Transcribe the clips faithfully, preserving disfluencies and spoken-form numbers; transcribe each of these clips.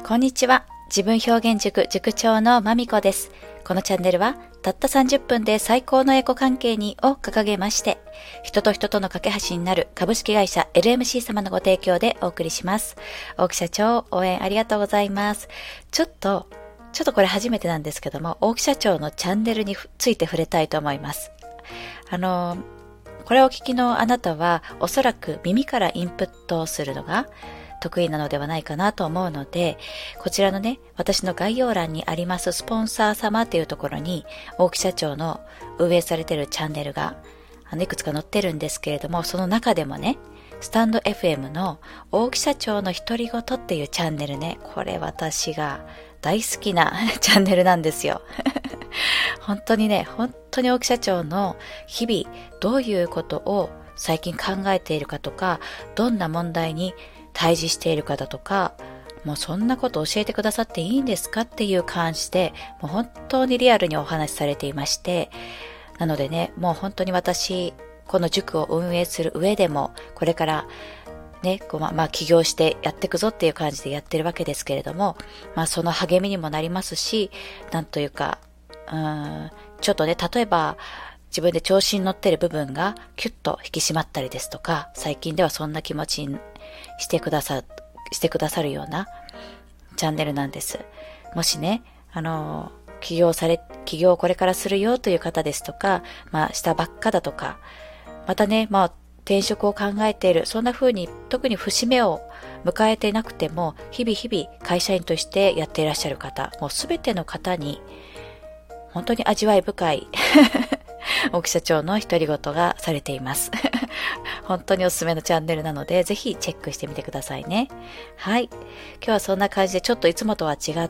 こんにちは。自分表現塾塾長のまみこです。このチャンネルはたったさんじゅっぷんで最高のエコ関係にを掲げまして、人と人との架け橋になる株式会社 エルエムシー 様のご提供でお送りします。大木社長、応援ありがとうございます。ちょっと、ちょっとこれ初めてなんですけども、大木社長のチャンネルについて触れたいと思います。あの、これをお聞きのあなたはおそらく耳からインプットをするのが得意なのではないかなと思うので、こちらのね、私の概要欄にありますスポンサー様というところに、大木社長の運営されているチャンネルがあのいくつか載ってるんですけれども、その中でもね、スタンド エフエム の大木社長の独り言っていうチャンネルね、これ私が大好きなチャンネルなんですよ。本当にね、本当に大木社長の日々どういうことを最近考えているかとか、どんな問題に対峙しているかだとか、もうそんなこと教えてくださっていいんですかっていう感じで、もう本当にリアルにお話しされていまして、なのでね、もう本当に私、この塾を運営する上でも、これからね、こうまあ、まあ、起業してやっていくぞっていう感じでやってるわけですけれども、まあその励みにもなりますし、なんというか、うーんちょっとね、例えば自分で調子に乗ってる部分がキュッと引き締まったりですとか、最近ではそんな気持ちにしてくださ、してくださるようなチャンネルなんです。もしね、あの、起業され、起業をこれからするよという方ですとか、まあしたばっかだとか、またね、まあ転職を考えている、そんな風に特に節目を迎えていなくても、日々日々会社員としてやっていらっしゃる方、もうすべての方に本当に味わい深い大木社長の独り言がされています。本当におすすめのチャンネルなので、ぜひチェックしてみてくださいね。はい。今日はそんな感じでちょっといつもとは違って、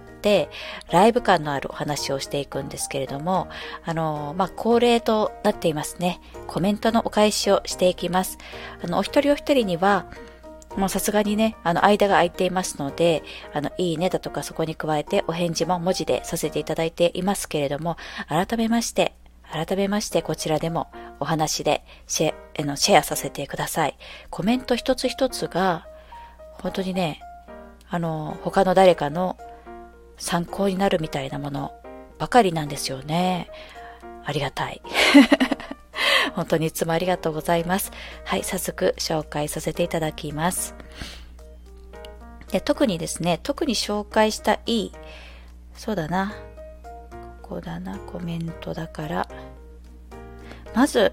ライブ感のあるお話をしていくんですけれども、あの、まあ、恒例となっていますね。コメントのお返しをしていきます。あの、お一人お一人には、もうさすがにね、あの、間が空いていますので、あの、いいねだとかそこに加えてお返事も文字でさせていただいていますけれども、改めまして、改めましてこちらでもお話でシェあのシェアさせてください。コメント一つ一つが、本当にね、あの、他の誰かの参考になるみたいなものばかりなんですよね。ありがたい。本当にいつもありがとうございます。はい、早速紹介させていただきます。で、特にですね、特に紹介したい、そうだな、ここだな、コメントだから、まず、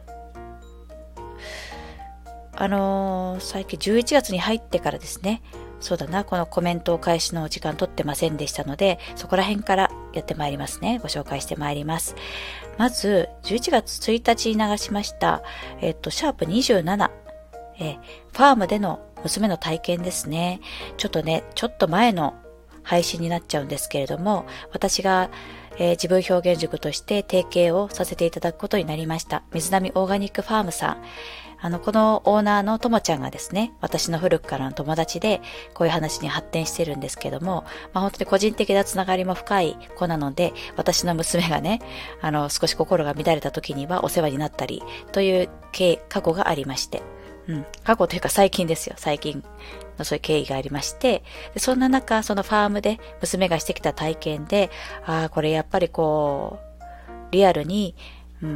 あのー、最近じゅういちがつに入ってからですね、そうだな、このコメントを返しの時間取ってませんでしたので、そこら辺からやってまいりますね。ご紹介してまいります。まず、じゅういちがつついたちに流しました、えっと、シャープにじゅうなな、えファームでの娘の体験ですね。ちょっとね、ちょっと前の配信になっちゃうんですけれども、私が、えー、自分表現塾として提携をさせていただくことになりました。水波オーガニックファームさん。あの、このオーナーのともちゃんがですね、私の古くからの友達で、こういう話に発展してるんですけども、まあ本当に個人的なつながりも深い子なので、私の娘がね、あの、少し心が乱れた時にはお世話になったり、という経過去がありまして、うん、過去というか最近ですよ、最近のそういう経緯がありまして、でそんな中、そのファームで娘がしてきた体験で、ああ、これやっぱりこう、リアルに、うん、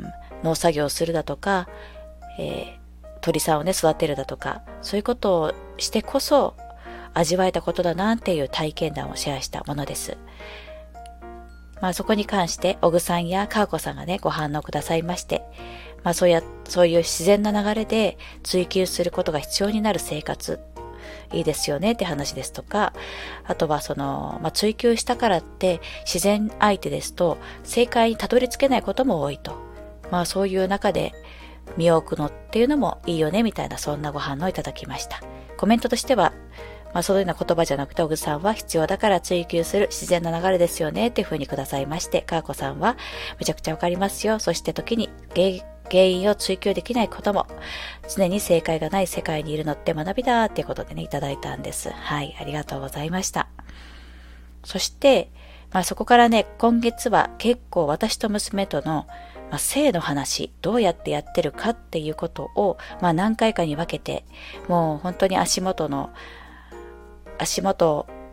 農作業をするだとか、えー、鳥さんをね、育てるだとか、そういうことをしてこそ味わえたことだなっていう体験談をシェアしたものです。まあそこに関して、小具さんやかーこさんがね、ご反応くださいまして、まあそうや、そういう自然な流れで追求することが必要になる生活、いいですよねって話ですとか、あとはその、まあ追求したからって自然相手ですと正解にたどり着けないことも多いと。まあそういう中で身を置くのっていうのもいいよねみたいな、そんなご反応いただきました。コメントとしては、まあそういうような言葉じゃなくて、小具さんは必要だから追求する自然な流れですよねっていう風にくださいまして、かーこさんはめちゃくちゃわかりますよ。そして時に原因を追求できないことも、常に正解がない世界にいるのって学びだっていうことでね、いただいたんです。はい、ありがとうございました。そして、まあそこからね、今月は結構私と娘との、まあ、性の話、どうやってやってるかっていうことを、まあ何回かに分けて、もう本当に足元の、足元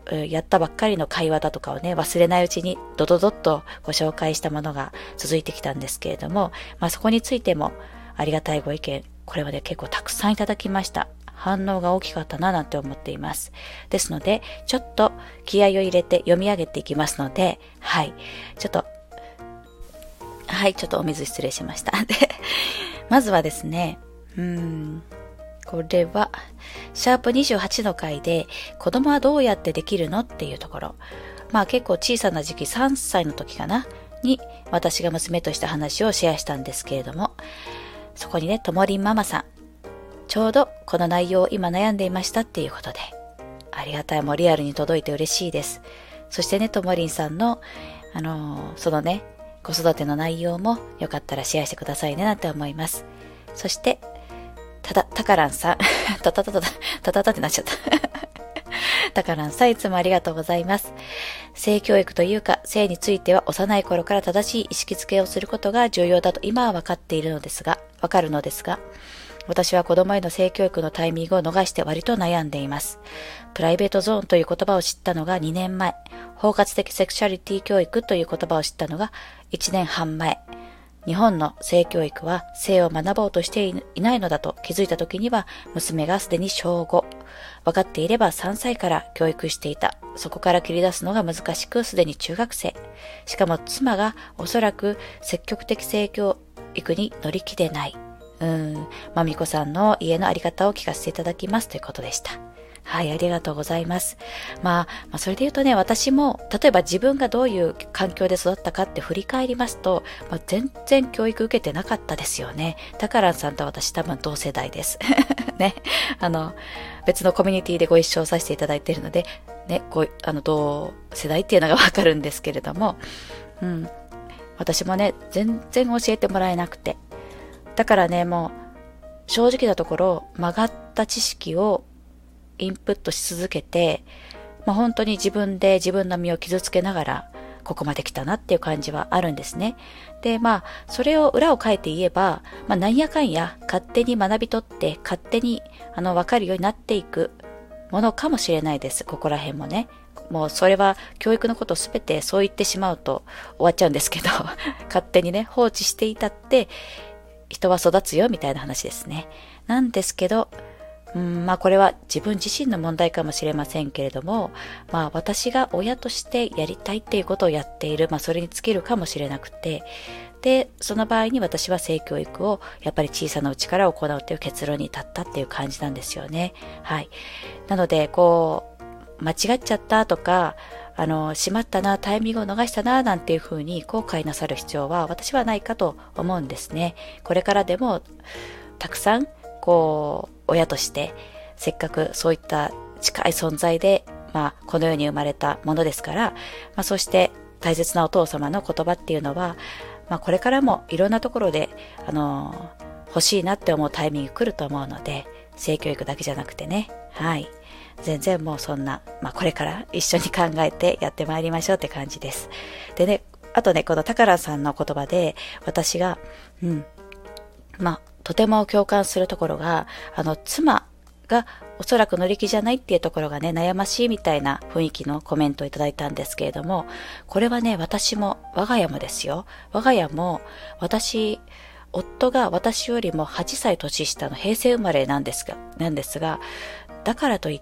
やったばっかりの会話だとかをね、忘れないうちにドドドッとご紹介したものが続いてきたんですけれども、まあそこについてもありがたいご意見、これはね、結構たくさんいただきました。反応が大きかったななんて思っています。ですので、ちょっと気合を入れて読み上げていきますので、はい。ちょっと、はい、ちょっとお水失礼しました。で、まずはですね、うーん、これは、シャープにじゅうはちの回で、子供はどうやってできるのっていうところ。まあ結構小さな時期、さんさいの時かな、に、私が娘とした話をシェアしたんですけれども、そこにね、ともりんママさん、ちょうどこの内容を今悩んでいましたっていうことで、ありがたい、もうリアルに届いて嬉しいです。そしてね、ともりんさんの、あのー、そのね、子育ての内容もよかったらシェアしてくださいねなんて思います。そして、ただ、たからんさん、たたたたた、たたたってなっちゃった。たからんさん、いつもありがとうございます。性教育というか、性については幼い頃から正しい意識づけをすることが重要だと今は分かっているのですが、分かるのですが、私は子供への性教育のタイミングを逃して割と悩んでいます。プライベートゾーンという言葉を知ったのがにねんまえ、包括的セクシャリティ教育という言葉を知ったのがいちねんはんまえ、日本の性教育は性を学ぼうとしていないのだと気づいた時には娘がすでに小ご。分かっていればさんさいから教育していた。そこから切り出すのが難しくすでに中学生。しかも妻がおそらく積極的性教育に乗り気でない。うーん、まみこさんの家のあり方を聞かせていただきますということでした。はい、ありがとうございます。まあ、まあ、それで言うとね、私も、例えば自分がどういう環境で育ったかって振り返りますと、まあ、全然教育受けてなかったですよね。タカランさんと私多分同世代です。ね。あの、別のコミュニティでご一緒させていただいているので、ね、こう、あの、同世代っていうのがわかるんですけれども、うん。私もね、全然教えてもらえなくて。だからね、もう、正直なところ、曲がった知識をインプットし続けて、まあ、本当に自分で自分の身を傷つけながらここまで来たなっていう感じはあるんですね。で、まあそれを裏を変えて言えば、まあ、なんやかんや勝手に学び取って勝手にあの分かるようになっていくものかもしれないです。ここら辺もね。もうそれは教育のことすべてそう言ってしまうと終わっちゃうんですけど勝手にね放置していたって人は育つよみたいな話ですね。なんですけど、うん、まあこれは自分自身の問題かもしれませんけれども、まあ私が親としてやりたいっていうことをやっている、まあそれに尽きるかもしれなくて、で、その場合に私は性教育をやっぱり小さなうちから行うという結論に至ったっていう感じなんですよね。はい。なので、こう、間違っちゃったとか、あの、しまったな、タイミングを逃したな、なんていうふうに後悔なさる必要は私はないかと思うんですね。これからでも、たくさん、こう、親としてせっかくそういった近い存在で、まあ、この世に生まれたものですから、まあ、そして大切なお父様の言葉っていうのは、まあ、これからもいろんなところで、あのー、欲しいなって思うタイミング来ると思うので、性教育だけじゃなくてね、はい。全然もうそんな、まあ、これから一緒に考えてやってまいりましょうって感じです。でね、あとね、この宝さんの言葉で、私が、うん、まあ、とても共感するところが、あの、妻がおそらく乗り気じゃないっていうところがね、悩ましいみたいな雰囲気のコメントをいただいたんですけれども、これはね、私も、我が家もですよ。我が家も、私、夫が私よりもはっさい年下の平成生まれなんですが、なんですが、だからといって、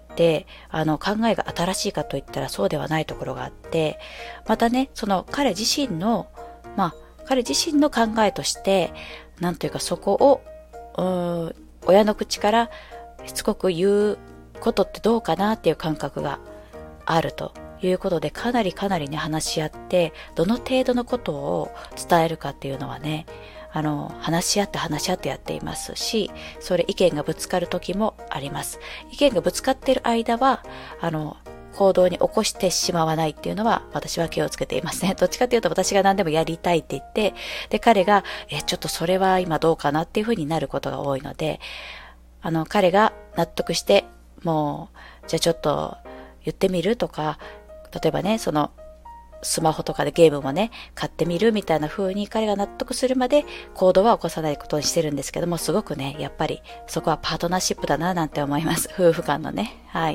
あの、考えが新しいかといったらそうではないところがあって、またね、その彼自身の、まあ、彼自身の考えとして、なんというかそこを、親の口からしつこく言うことってどうかなっていう感覚があるということで、かなりかなりね話し合って、どの程度のことを伝えるかっていうのはね、あの話し合って話し合ってやっていますし、それ意見がぶつかる時もあります。意見がぶつかっている間はあの行動に起こしてしまわないっていうのは私は気をつけていますね。どっちかというと私が何でもやりたいって言って、で彼がえちょっとそれは今どうかなっていうふうになることが多いので、あの彼が納得して、もうじゃあちょっと言ってみるとか、例えばねそのスマホとかでゲームもね買ってみるみたいな風に彼が納得するまで行動は起こさないことにしてるんですけども、すごくねやっぱりそこはパートナーシップだななんて思います。夫婦間のね。はい。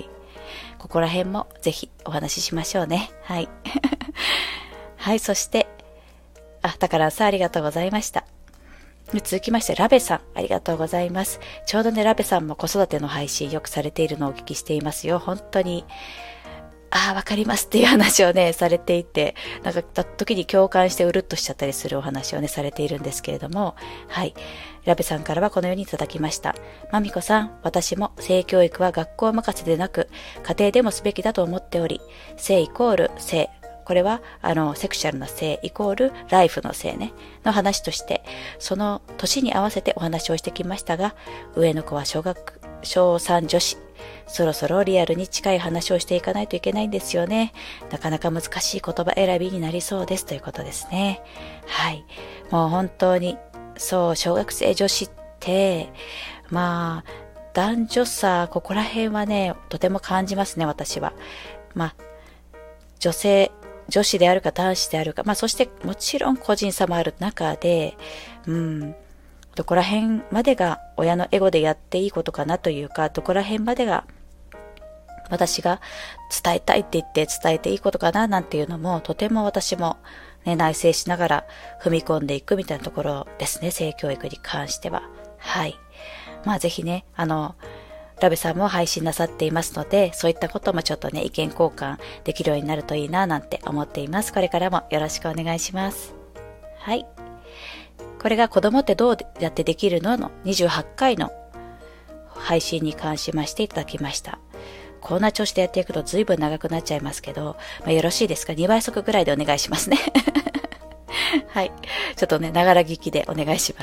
ここら辺もぜひお話ししましょうね。はい。はい、そして、あ、高蘭さんありがとうございました。続きまして、ラベさん、ありがとうございます。ちょうどね、ラベさんも子育ての配信よくされているのをお聞きしていますよ。本当に、ああ、わかりますっていう話をね、されていて、なんか、時に共感してうるっとしちゃったりするお話をね、されているんですけれども、はい。ラベさんからはこのようにいただきました。まみこさん、私も性教育は学校任せでなく、家庭でもすべきだと思っており、性イコール性。これは、あの、セクシャルな性イコールライフの性ね、の話として、その年に合わせてお話をしてきましたが、上の子は小学、小さん女子。そろそろリアルに近い話をしていかないといけないんですよね。なかなか難しい言葉選びになりそうですということですね。はい。もう本当に、そう、小学生女子って、まあ、男女差、ここら辺はね、とても感じますね、私は。まあ、女性、女子であるか男子であるか、まあそしてもちろん個人差もある中で、うん、どこら辺までが親のエゴでやっていいことかなというか、どこら辺までが私が伝えたいって言って伝えていいことかななんていうのも、とても私も、ね、内省しながら踏み込んでいくみたいなところですね、性教育に関しては。はい。まあぜひね、あの、ラベさんも配信なさっていますので、そういったこともちょっとね、意見交換できるようになるといいななんて思っています。これからもよろしくお願いします。はい。これが子供ってどうやってできるののにじゅうはちかいの配信に関しましていただきました。こんな調子でやっていくと随分長くなっちゃいますけど、まあ、よろしいですか？ に 倍速ぐらいでお願いしますね。はい。ちょっとね、ながら聞きでお願いします。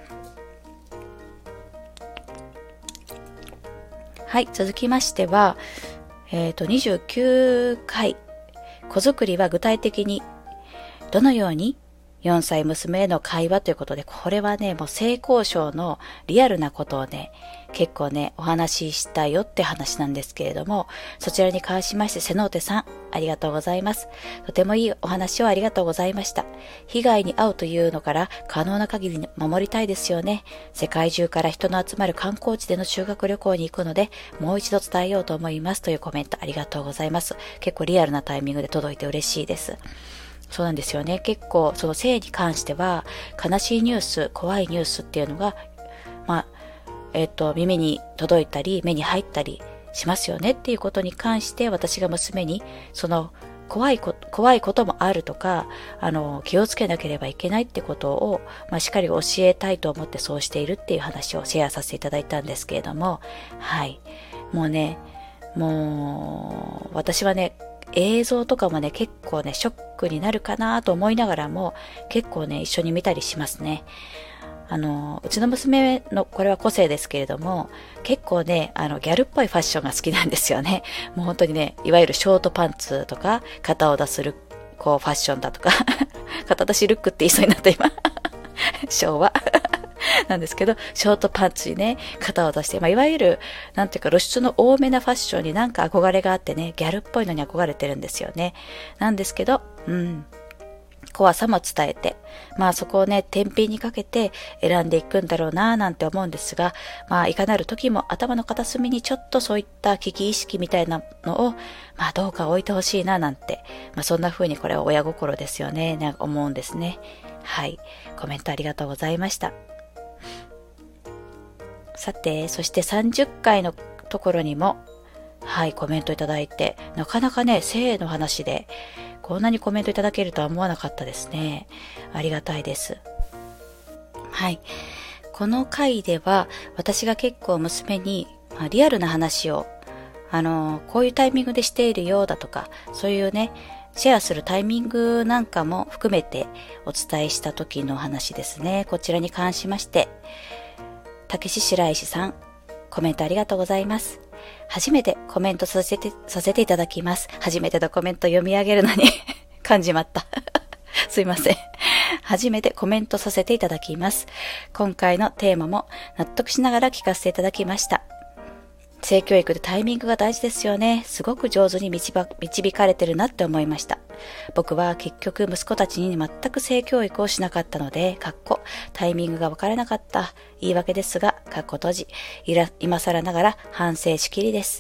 はい、続きましては、えっと、にじゅうきゅうかい、子作りは具体的にどのようによんさい娘への会話ということで、これはね、もう性交渉のリアルなことをね、結構ね、お話ししたよって話なんですけれども、そちらに関しまして、瀬能手さん、ありがとうございます。とてもいいお話をありがとうございました。被害に遭うというのから可能な限り守りたいですよね。世界中から人の集まる観光地での修学旅行に行くので、もう一度伝えようと思いますというコメントありがとうございます。結構リアルなタイミングで届いて嬉しいです。そうなんですよね。結構その性に関しては悲しいニュース、怖いニュースっていうのが、まあ、えっと、耳に届いたり目に入ったりしますよねっていうことに関して、私が娘にその怖いこ怖いこともあるとか、あの気をつけなければいけないってことを、まあ、しっかり教えたいと思ってそうしているっていう話をシェアさせていただいたんですけれども、はい、もうね、もう私はね、映像とかもね、結構ね、ショックになるかなと思いながらも、結構ね、一緒に見たりしますね。あの、うちの娘の、これは個性ですけれども、結構ね、あの、ギャルっぽいファッションが好きなんですよね。もう本当にね、いわゆるショートパンツとか、肩を出する、こう、ファッションだとか、肩出しルックって言いそうになった今。昭和。なんですけど、ショートパンツにね、肩を出して、まあ、いわゆる、なんていうか露出の多めなファッションになんか憧れがあってね、ギャルっぽいのに憧れてるんですよね。なんですけど、うん。怖さも伝えて、まあそこをね、天秤にかけて選んでいくんだろうなぁなんて思うんですが、まあいかなる時も頭の片隅にちょっとそういった危機意識みたいなのを、まあどうか置いてほしいななんて、まあそんな風にこれは親心ですよね、なんか思うんですね。はい。コメントありがとうございました。さて、そしてさんじゅっかいのところにも、はい、コメントいただいて、なかなかね、性の話で、こんなにコメントいただけるとは思わなかったですね。ありがたいです。はい。この回では、私が結構娘に、まあ、リアルな話を、あの、こういうタイミングでしているようだとか、そういうね、シェアするタイミングなんかも含めてお伝えした時の話ですね。こちらに関しまして、たけし白石さん、コメントありがとうございます。初めてコメントさせて、させていただきます。初めてのコメント読み上げるのに感じまった。すいません。初めてコメントさせていただきます。今回のテーマも納得しながら聞かせていただきました。性教育でタイミングが大事ですよね。すごく上手に導かれてるなって思いました。僕は結局息子たちに全く性教育をしなかったので、かっこタイミングがわからなかった言い訳ですが、かっこ閉じ、今更ながら反省しきりです。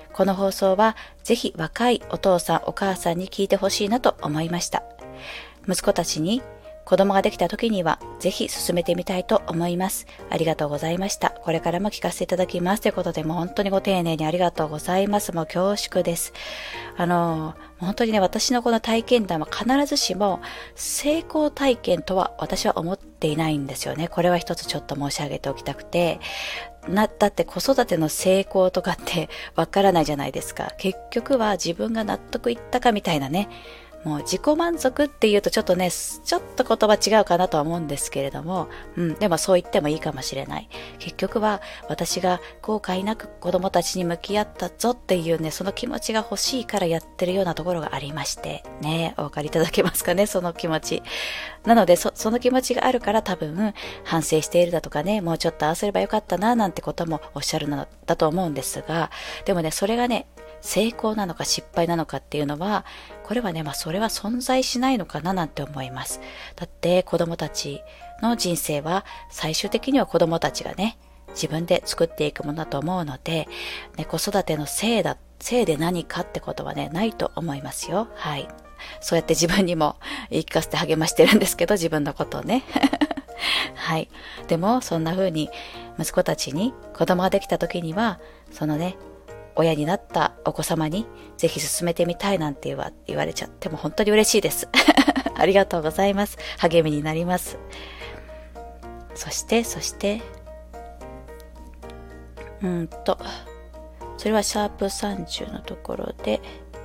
この放送はぜひ若いお父さんお母さんに聞いてほしいなと思いました。息子たちに子供ができた時にはぜひ進めてみたいと思います。ありがとうございました。これからも聞かせていただきます。ということで、もう本当にご丁寧にありがとうございます。もう恐縮です。あの、本当にね、私のこの体験談は必ずしも成功体験とは私は思っていないんですよね。これは一つちょっと申し上げておきたくて。な、だって子育ての成功とかってわからないじゃないですか。結局は自分が納得いったかみたいなね。もう自己満足っていうとちょっとね、ちょっと言葉違うかなとは思うんですけれども、うん、でもそう言ってもいいかもしれない。結局は私が後悔なく子供たちに向き合ったぞっていうね、その気持ちが欲しいからやってるようなところがありまして、ね、お分かりいただけますかね、その気持ち。なので、そ、その気持ちがあるから多分反省しているだとかね、もうちょっとああすればよかったな、なんてこともおっしゃるのだと思うんですが、でもね、それがね、成功なのか失敗なのかっていうのは、これはね、まあそれは存在しないのかななんて思います。だって子供たちの人生は最終的には子供たちがね、自分で作っていくものだと思うので、ね、子育てのせいだ、せいで何かってことはね、ないと思いますよ。はい。そうやって自分にも言い聞かせて励ましてるんですけど、自分のことをね。はい。でも、そんな風に息子たちに子供ができた時には、そのね、親になったお子様にぜひ進めてみたいなんて言わ、言われちゃっても本当に嬉しいです。ありがとうございます。励みになります。そして、そして、うんと、それはシャープさんじゅうのところで、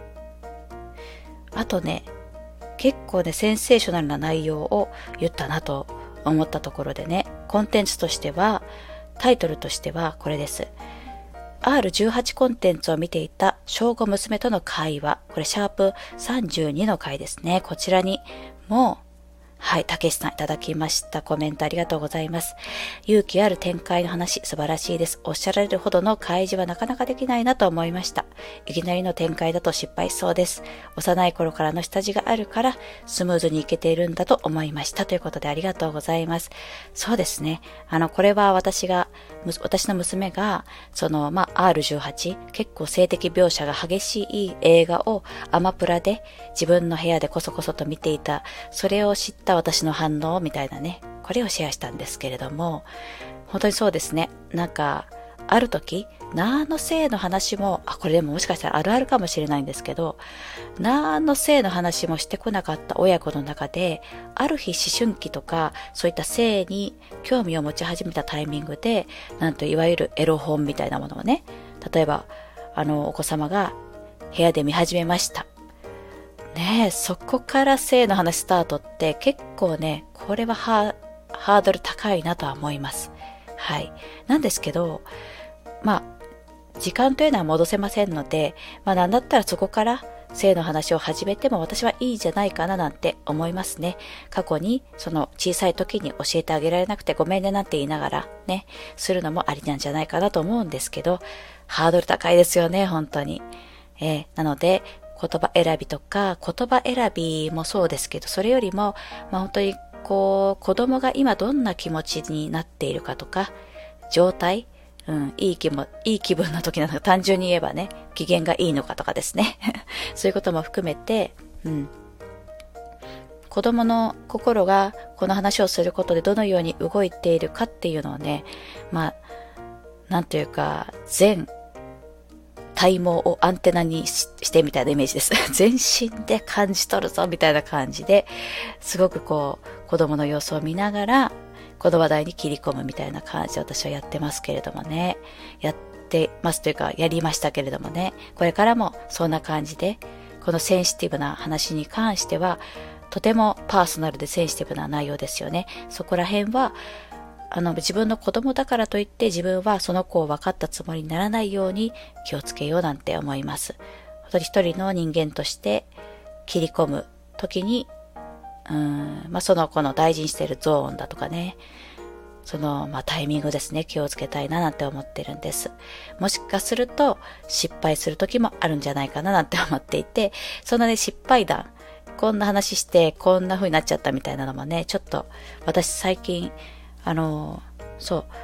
あとね、結構ね、センセーショナルな内容を言ったなと思ったところでね、コンテンツとしては、タイトルとしてはこれです。アールじゅうはち コンテンツを見ていた小ご娘との会話。これシャープさんじゅうにの回ですね。こちらにも、はい、たけしさんいただきました。コメントありがとうございます。勇気ある展開の話、素晴らしいです。おっしゃられるほどの開示はなかなかできないなと思いました。いきなりの展開だと失敗しそうです。幼い頃からの下地があるから、スムーズにいけているんだと思いました。ということでありがとうございます。そうですね。あの、これは私が、私の娘が、その、まあ、アールじゅうはち、結構性的描写が激しい映画をアマプラで自分の部屋でこそこそと見ていた、それを知った私の反応みたいなね、これをシェアしたんですけれども、本当にそうですね。なんか、ある時、何の性の話も、あ、これでももしかしたらあるあるかもしれないんですけど、何の性の話もしてこなかった親子の中で、ある日思春期とか、そういった性に興味を持ち始めたタイミングで、なんといわゆるエロ本みたいなものをね、例えば、あの、お子様が部屋で見始めました。ねえ、そこから性の話スタートって結構ね、これはハー、ハードル高いなとは思います。はい。なんですけど、まあ、時間というのは戻せませんので、まあなんだったらそこから性の話を始めても私はいいじゃないかななんて思いますね。過去にその小さい時に教えてあげられなくてごめんねなんて言いながらね、するのもありなんじゃないかなと思うんですけど、ハードル高いですよね、本当に。えー、なので、言葉選びとか、言葉選びもそうですけど、それよりも、まあ本当にこう、子供が今どんな気持ちになっているかとか、状態、うん、いい気も、いい気分の時なのか、単純に言えばね、機嫌がいいのかとかですね。そういうことも含めて、うん。子供の心がこの話をすることでどのように動いているかっていうのをね、まあ、なんというか、全、体毛をアンテナに し, してみたいなイメージです。全身で感じ取るぞみたいな感じで、すごくこう、子供の様子を見ながら、この話題に切り込むみたいな感じで私はやってますけれどもね。やってますというか、やりましたけれどもね。これからもそんな感じで、このセンシティブな話に関しては、とてもパーソナルでセンシティブな内容ですよね。そこら辺は、あの、自分の子供だからといって自分はその子を分かったつもりにならないように気をつけようなんて思います。本当に一人の人間として切り込む時に、うーん、まあ、その子の大事にしているゾーンだとかね、その、まあ、タイミングですね、気をつけたいななんて思ってるんです。もしかすると失敗する時もあるんじゃないかななんて思っていて、そのね、失敗談、こんな話してこんな風になっちゃったみたいなのもね、ちょっと私最近あの、そう、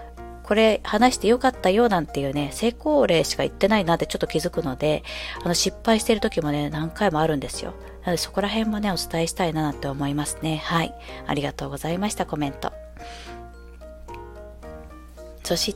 これ話してよかったよなんていうね、成功例しか言ってないなってちょっと気づくので、あの失敗してる時もね、何回もあるんですよ。なのでそこら辺もね、お伝えしたいななんて思いますね。はい。ありがとうございました、コメント。そして、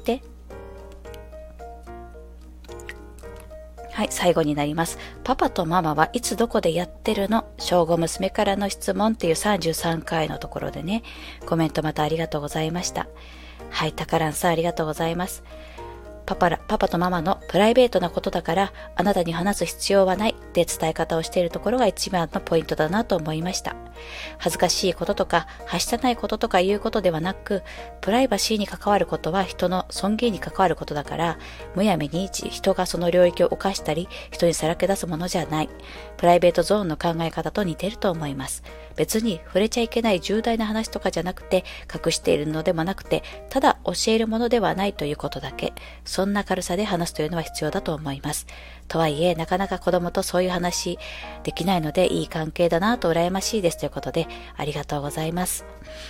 はい、最後になります。パパとママはいつどこでやってるの？小ご娘からの質問っていうさんじゅうさんかいのところでね、コメントまたありがとうございました。はい、タカランさんありがとうございます。パパら、パパとママのプライベートなことだから、あなたに話す必要はないって伝え方をしているところが一番のポイントだなと思いました。恥ずかしいこととか、はしたないこととかいうことではなく、プライバシーに関わることは人の尊厳に関わることだから、むやみに人がその領域を犯したり、人にさらけ出すものじゃない。プライベートゾーンの考え方と似てると思います。別に触れちゃいけない重大な話とかじゃなくて、隠しているのでもなくて、ただ教えるものではないということだけ。そんな軽さで話すというのは必要だと思います。とはいえ、なかなか子供とそういう話できないので、いい関係だなと羨ましいですということで、ありがとうございます。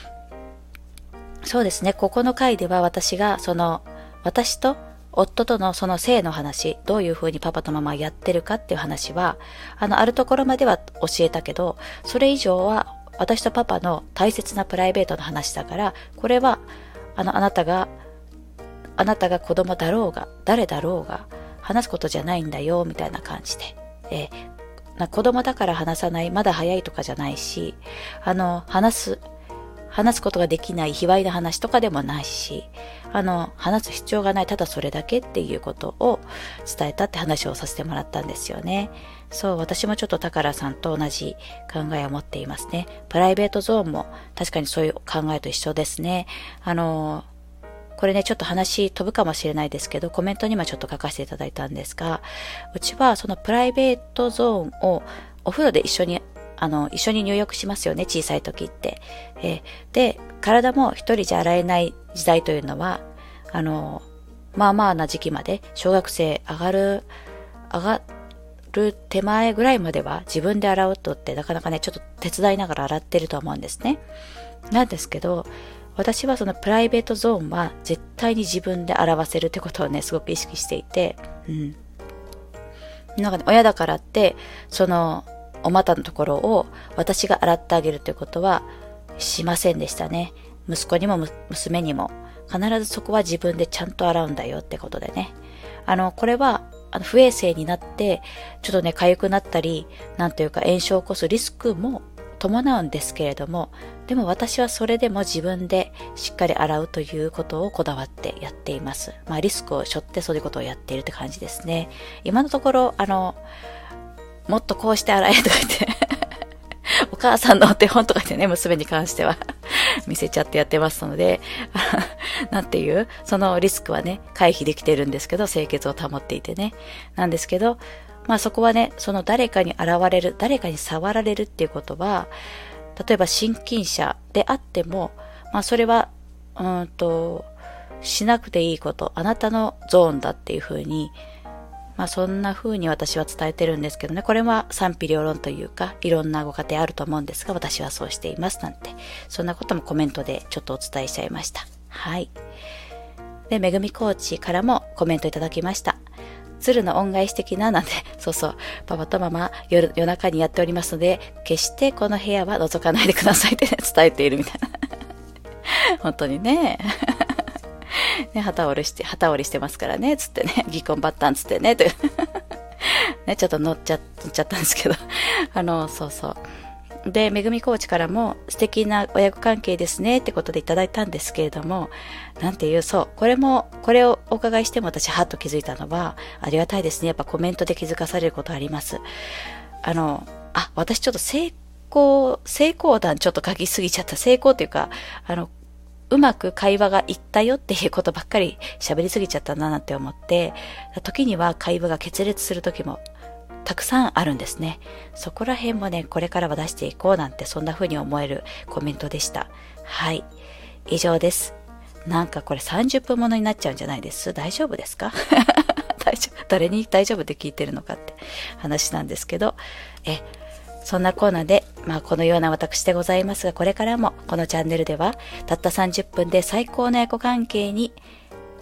そうですね、ここの回では私が、その、私と夫とのその性の話、どういうふうにパパとママやってるかっていう話は、あの、あるところまでは教えたけど、それ以上は私とパパの大切なプライベートの話だから、これは、あの、あなたが、あなたが子供だろうが、誰だろうが、話すことじゃないんだよ、みたいな感じで。えー、な子供だから話さない、まだ早いとかじゃないし、あの、話す、話すことができない卑猥な話とかでもないし、あの、話す必要がない、ただそれだけっていうことを伝えたって話をさせてもらったんですよね。そう、私もちょっと宝さんと同じ考えを持っていますね。プライベートゾーンも確かにそういう考えと一緒ですね。あの、これね、ちょっと話飛ぶかもしれないですけど、コメントにもちょっと書かせていただいたんですが、うちはそのプライベートゾーンをお風呂で一緒に、あの、一緒に入浴しますよね、小さい時って。えー、で、体も一人じゃ洗えない時代というのは、あの、まあまあな時期まで、小学生上がる、上がる手前ぐらいまでは自分で洗うとってなかなかね、ちょっと手伝いながら洗ってると思うんですね。なんですけど、私はそのプライベートゾーンは絶対に自分で洗わせるってことをね、すごく意識していて、うん。なんかね、親だからって、その、お股のところを私が洗ってあげるということはしませんでしたね。息子にも娘にも。必ずそこは自分でちゃんと洗うんだよってことでね。あの、これは、あの不衛生になって、ちょっとね、痒くなったり、なんというか炎症を起こすリスクも伴うんですけれども、でも私はそれでも自分でしっかり洗うということをこだわってやっています。まあリスクを背負ってそういうことをやっているって感じですね。今のところ、あの、もっとこうして洗えとか言って、お母さんのお手本とか言ってね、娘に関しては見せちゃってやってますので、なんていう、そのリスクはね、回避できてるんですけど、清潔を保っていてね。なんですけど、まあそこはね、その誰かに現れる、誰かに触られるっていうことは、例えば親近者であっても、まあそれは、うんと、しなくていいこと、あなたのゾーンだっていうふうに、まあそんな風に私は伝えてるんですけどね、これは賛否両論というか、いろんなご家庭あると思うんですが、私はそうしていますなんて、そんなこともコメントでちょっとお伝えしちゃいました。はい。で、めぐみコーチからもコメントいただきました。鶴の恩返し的ななんて、そうそう、パパとママ夜、夜中にやっておりますので、決してこの部屋は覗かないでくださいって、ね、伝えているみたいな。本当にね。ね、旗折りして、旗折りしてますからね、つってね、ギコンバッタンつってね、とね、ちょっと乗っちゃ、乗っちゃったんですけど、あの、そうそう。で、めぐみコーチからも素敵な親子関係ですねってことでいただいたんですけれども、なんていう、そう、これも、これをお伺いしても私はっと気づいたのは、ありがたいですね。やっぱコメントで気づかされることあります。あの、あ、私ちょっと成功、成功談ちょっと書きすぎちゃった。成功っていうか、あの、うまく会話がいったよっていうことばっかり喋りすぎちゃったななんて思って、時には会話が決裂する時もたくさんあるんですね。そこら辺もね、これからは出していこうなんてそんな風に思えるコメントでした。はい。以上です。なんかこれさんじゅっぷんものになっちゃうんじゃないです？大丈夫ですか？大丈夫、誰に大丈夫って聞いてるのかって話なんですけど、え、そんなコーナーで、まあこのような私でございますが、これからもこのチャンネルでは、たったさんじゅっぷんで最高のエコ関係に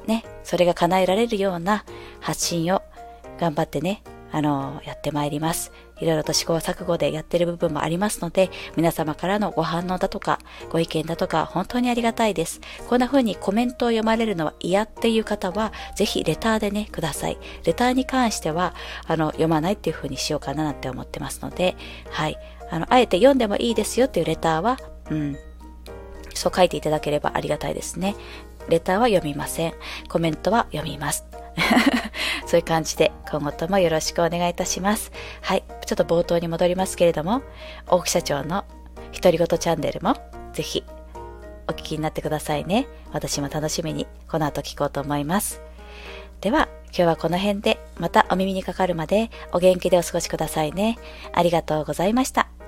ね、それが叶えられるような発信を頑張ってね、あの、やってまいります。いろいろと試行錯誤でやってる部分もありますので、皆様からのご反応だとか、ご意見だとか、本当にありがたいです。こんな風にコメントを読まれるのは嫌っていう方は、ぜひレターでね、ください。レターに関しては、あの、読まないっていう風にしようかななんて思ってますので、はい。あの、あえて読んでもいいですよっていうレターは、うん、そう書いていただければありがたいですね。レターは読みません。コメントは読みます。そういう感じで今後ともよろしくお願いいたします。はい。ちょっと冒頭に戻りますけれども、大木社長の独り言チャンネルもぜひお聞きになってくださいね。私も楽しみにこの後聞こうと思います。では今日はこの辺でまたお耳にかかるまでお元気でお過ごしくださいね。ありがとうございました。